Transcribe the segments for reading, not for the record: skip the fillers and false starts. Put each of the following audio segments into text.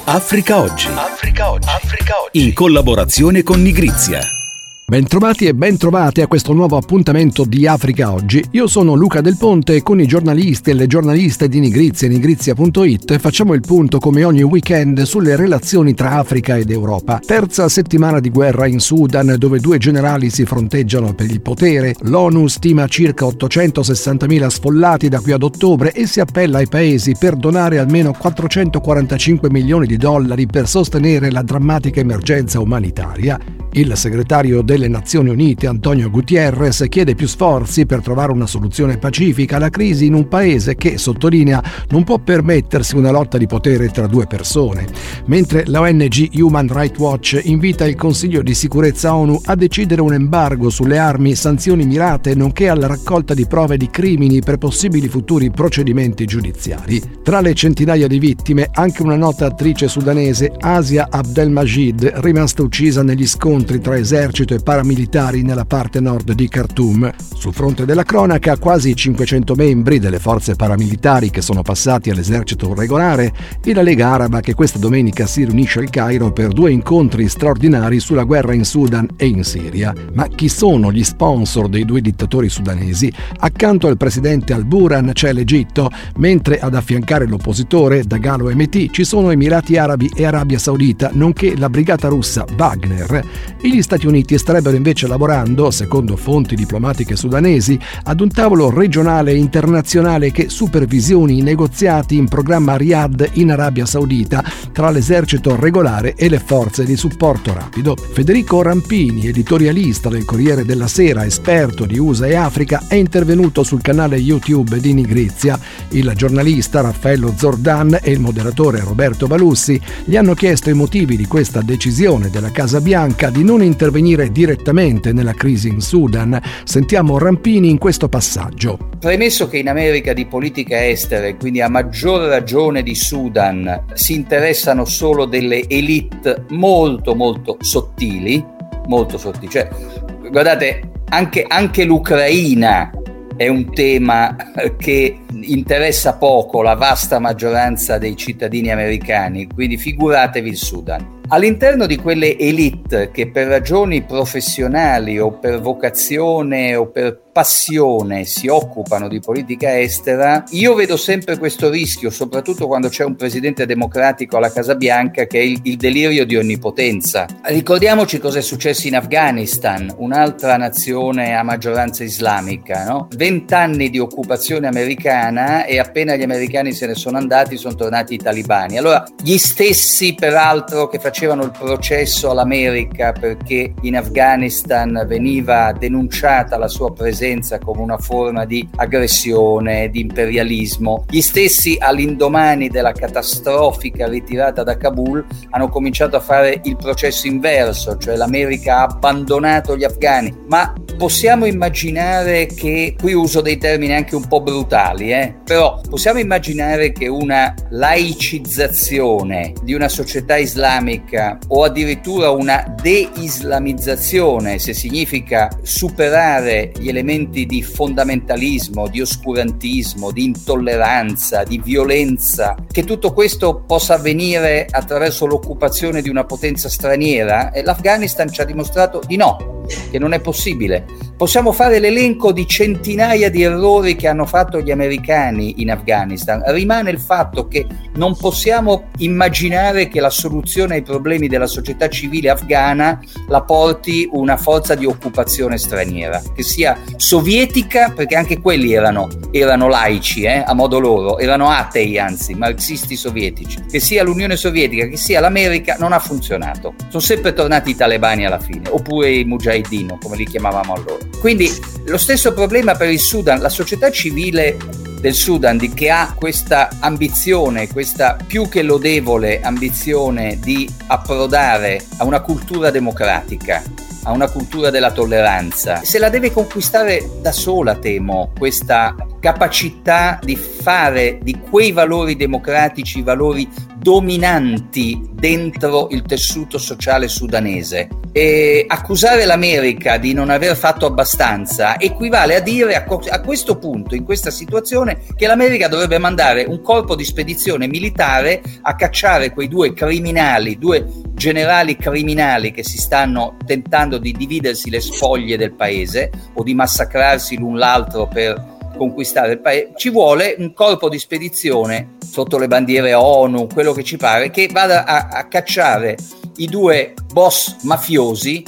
Africa Oggi. Africa Oggi. Africa Oggi. In collaborazione con Nigrizia. Bentrovati e bentrovate a questo nuovo appuntamento di Africa Oggi. Io sono Luca Del Ponte e con i giornalisti e le giornaliste di Nigrizia e Nigrizia.it facciamo il punto come ogni weekend sulle relazioni tra Africa ed Europa. Terza settimana di guerra in Sudan, dove due generali si fronteggiano per il potere. L'ONU stima circa 860.000 sfollati da qui ad ottobre e si appella ai paesi per donare almeno 445 milioni di dollari per sostenere la drammatica emergenza umanitaria. Il segretario delle Nazioni Unite, Antonio Guterres, chiede più sforzi per trovare una soluzione pacifica alla crisi in un paese che, sottolinea, non può permettersi una lotta di potere tra due persone. Mentre la ONG Human Rights Watch invita il Consiglio di Sicurezza ONU a decidere un embargo sulle armi, sanzioni mirate, nonché alla raccolta di prove di crimini per possibili futuri procedimenti giudiziari. Tra le centinaia di vittime, anche una nota attrice sudanese, Asia Abdelmajid, rimasta uccisa negli scontri tra esercito e paramilitari nella parte nord di Khartoum. Sul fronte della cronaca, quasi 500 membri delle forze paramilitari che sono passati all'esercito regolare e la Lega Araba che questa domenica si riunisce al Cairo per due incontri straordinari sulla guerra in Sudan e in Siria. Ma chi sono gli sponsor dei due dittatori sudanesi? Accanto al presidente al-Burhan c'è l'Egitto, mentre ad affiancare l'oppositore Dagalo MT ci sono Emirati Arabi e Arabia Saudita, nonché la brigata russa Wagner. E gli Stati Uniti starebbero invece lavorando, secondo fonti diplomatiche sudanesi, ad un tavolo regionale e internazionale che supervisioni i negoziati in programma a Riyadh in Arabia Saudita tra l'esercito regolare e le forze di supporto rapido. Federico Rampini, editorialista del Corriere della Sera, esperto di USA e Africa, è intervenuto sul canale YouTube di Nigrizia. Il giornalista Raffaello Zordan e il moderatore Roberto Balussi gli hanno chiesto i motivi di questa decisione della Casa Bianca di non intervenire direttamente nella crisi in Sudan. Sentiamo Rampini in questo passaggio. Premesso che in America di politica estera e quindi a maggior ragione di Sudan si interessano solo delle elite molto sottili, cioè guardate anche l'Ucraina è un tema che interessa poco la vasta maggioranza dei cittadini americani, quindi figuratevi il Sudan. All'interno di quelle elite che per ragioni professionali o per vocazione o per passione si occupano di politica estera, io vedo sempre questo rischio, soprattutto quando c'è un presidente democratico alla Casa Bianca, che è il delirio di onnipotenza. Ricordiamoci cosa è successo in Afghanistan, un'altra nazione a maggioranza islamica, no? 20 anni di occupazione americana e appena gli americani se ne sono andati sono tornati i talibani. Allora gli stessi peraltro che facevano il processo all'America perché in Afghanistan veniva denunciata la sua presenza come una forma di aggressione, di imperialismo, gli stessi all'indomani della catastrofica ritirata da Kabul hanno cominciato a fare il processo inverso, cioè l'America ha abbandonato gli afghani. Ma possiamo immaginare che, qui uso dei termini anche un po' brutali, però possiamo immaginare che una laicizzazione di una società islamica o addirittura una deislamizzazione, se significa superare gli elementi di fondamentalismo, di oscurantismo, di intolleranza, di violenza, che tutto questo possa avvenire attraverso l'occupazione di una potenza straniera, e l'Afghanistan ci ha dimostrato di no, che non è possibile. Possiamo fare l'elenco di centinaia di errori che hanno fatto gli americani in Afghanistan. Rimane il fatto che non possiamo immaginare che la soluzione ai problemi della società civile afghana la porti una forza di occupazione straniera, che sia sovietica, perché anche quelli erano laici, a modo loro, erano atei, anzi marxisti sovietici, che sia l'Unione Sovietica, che sia l'America, non ha funzionato. Sono sempre tornati i talebani alla fine, oppure i mujahideen, come li chiamavamo allora. Quindi lo stesso problema per il Sudan. La società civile del Sudan, che ha questa ambizione, questa più che lodevole ambizione di approdare a una cultura democratica, a una cultura della tolleranza, se la deve conquistare da sola, temo, questa capacità di fare di quei valori democratici valori dominanti dentro il tessuto sociale sudanese. accusare l'America di non aver fatto abbastanza equivale a dire a questo punto, in questa situazione, che l'America dovrebbe mandare un corpo di spedizione militare a cacciare quei due criminali, due generali criminali che si stanno tentando di dividersi le spoglie del paese o di massacrarsi l'un l'altro per conquistare il paese. Ci vuole un corpo di spedizione sotto le bandiere ONU, quello che ci pare, che vada a cacciare i due boss mafiosi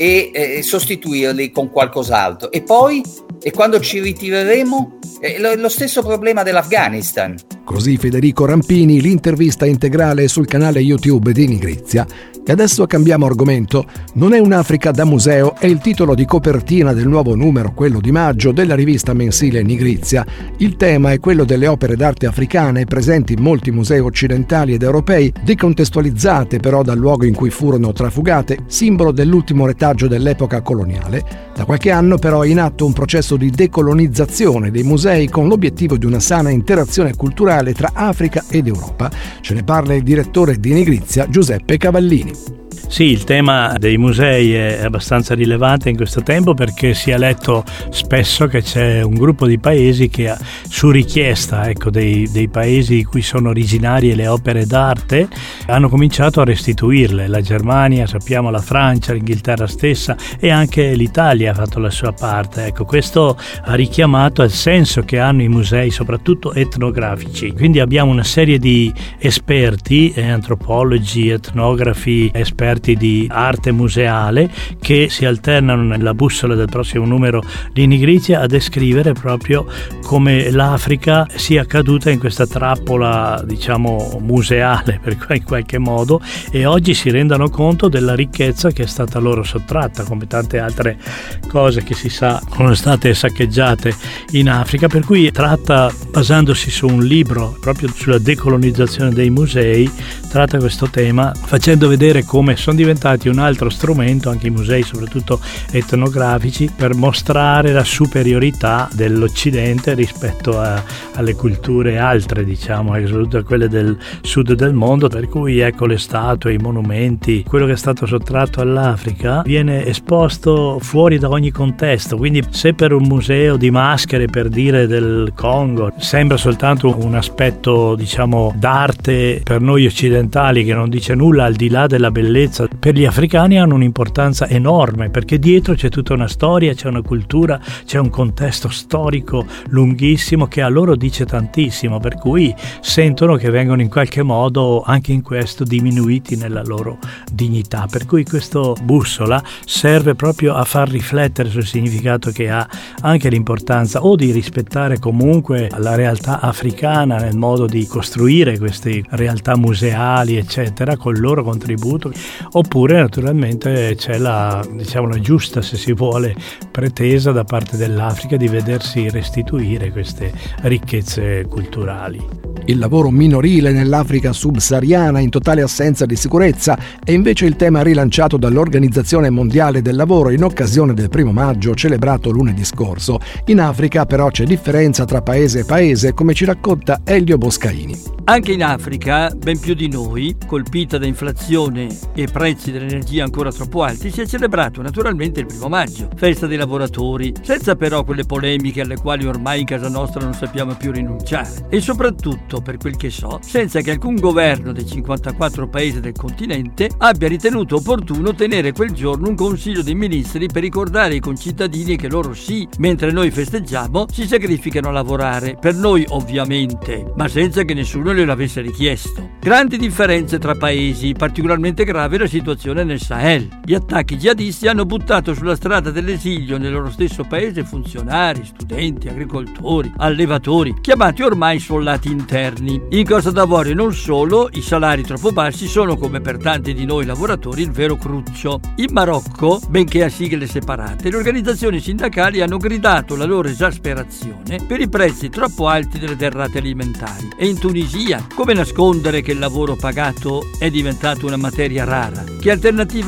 e sostituirli con qualcos'altro. E poi, e quando ci ritireremo, lo stesso problema dell'Afghanistan. Così Federico Rampini, l'intervista integrale sul canale YouTube di Nigrizia. E adesso cambiamo argomento. Non è un'Africa da museo è il titolo di copertina del nuovo numero, quello di maggio, della rivista mensile Nigrizia. Il tema è quello delle opere d'arte africane presenti in molti musei occidentali ed europei, decontestualizzate però dal luogo in cui furono trafugate, simbolo dell'ultimo retaggio dell'epoca coloniale. Da qualche anno però è in atto un processo di decolonizzazione dei musei con l'obiettivo di una sana interazione culturale tra Africa ed Europa. Ce ne parla il direttore di Nigrizia, Giuseppe Cavallini. Sì, il tema dei musei è abbastanza rilevante in questo tempo, perché si è letto spesso che c'è un gruppo di paesi che su richiesta dei paesi di cui sono originarie le opere d'arte hanno cominciato a restituirle. La Germania, sappiamo, la Francia, l'Inghilterra stessa e anche l'Italia ha fatto la sua parte. Questo ha richiamato il senso che hanno i musei, soprattutto etnografici. Quindi abbiamo una serie di esperti, antropologi, etnografi, esperti di arte museale che si alternano nella bussola del prossimo numero di Nigrizia a descrivere proprio come l'Africa sia caduta in questa trappola, diciamo, museale in qualche modo, e oggi si rendano conto della ricchezza che è stata loro sottratta, come tante altre cose che si sa sono state saccheggiate in Africa. Per cui tratta, basandosi su un libro proprio sulla decolonizzazione dei musei, tratta questo tema facendo vedere come sono diventati un altro strumento, anche i musei soprattutto etnografici, per mostrare la superiorità dell'Occidente rispetto alle culture altre, diciamo, soprattutto a quelle del sud del mondo. Per cui ecco, le statue, i monumenti, quello che è stato sottratto all'Africa viene esposto fuori da ogni contesto. Quindi se per un museo di maschere, per dire, del Congo sembra soltanto un aspetto, diciamo, d'arte per noi occidentali che non dice nulla al di là della bellezza, per gli africani hanno un'importanza enorme, perché dietro c'è tutta una storia, c'è una cultura, c'è un contesto storico lunghissimo che a loro dice tantissimo, per cui sentono che vengono in qualche modo anche in questo diminuiti nella loro dignità. Per cui questo bussola serve proprio a far riflettere sul significato che ha anche l'importanza o di rispettare comunque la realtà africana nel modo di costruire queste realtà museali eccetera col loro contributo, oppure naturalmente c'è la giusta, se si vuole, pretesa da parte dell'Africa di vedersi restituire queste ricchezze culturali. Il lavoro minorile nell'Africa subsahariana in totale assenza di sicurezza è invece il tema rilanciato dall'Organizzazione Mondiale del Lavoro in occasione del 1 maggio celebrato lunedì scorso. In Africa però c'è differenza tra paese e paese, come ci racconta Elio Boscaini. Anche in Africa, ben più di noi, colpita da inflazione e prezzi dell'energia ancora troppo alti, si è celebrato naturalmente il 1 maggio, festa dei lavoratori, senza però quelle polemiche alle quali ormai in casa nostra non sappiamo più rinunciare. E soprattutto, per quel che so, senza che alcun governo dei 54 paesi del continente abbia ritenuto opportuno tenere quel giorno un consiglio dei ministri per ricordare ai concittadini che loro sì, mentre noi festeggiamo, si sacrificano a lavorare, per noi ovviamente, ma senza che nessuno glielo avesse richiesto. Grandi differenze tra paesi, particolarmente grave la situazione nel Sahel. Gli attacchi jihadisti hanno buttato sulla strada dell'esilio nel loro stesso paese funzionari, studenti, agricoltori, allevatori, chiamati ormai soldati interni. In Costa d'Avorio non solo, i salari troppo bassi sono, come per tanti di noi lavoratori, il vero cruccio. In Marocco, benché a sigle separate, le organizzazioni sindacali hanno gridato la loro esasperazione per i prezzi troppo alti delle derrate alimentari. E in Tunisia, come nascondere che il lavoro pagato è diventato una materia rara? Che alternativa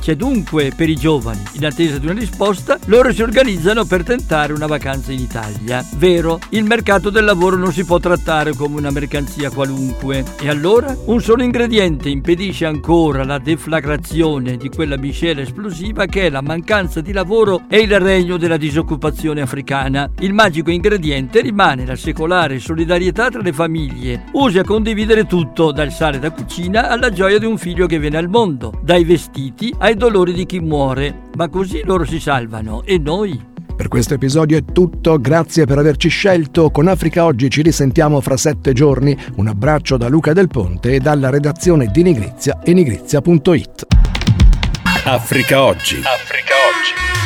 C'è dunque per i giovani, in attesa di una risposta, loro si organizzano per tentare una vacanza in Italia. Vero, il mercato del lavoro non si può trattare come una mercanzia qualunque. E allora? Un solo ingrediente impedisce ancora la deflagrazione di quella miscela esplosiva che è la mancanza di lavoro e il regno della disoccupazione africana. Il magico ingrediente rimane la secolare solidarietà tra le famiglie, usi a condividere tutto, dal sale da cucina alla gioia di un figlio che viene al mondo, dai vestiti ai dolori di chi muore. Ma così loro si salvano e noi? Per questo episodio è tutto, grazie per averci scelto. Con Africa Oggi ci risentiamo fra 7 giorni. Un abbraccio da Luca Del Ponte e dalla redazione di Nigrizia e nigrizia.it. Africa Oggi. Africa Oggi.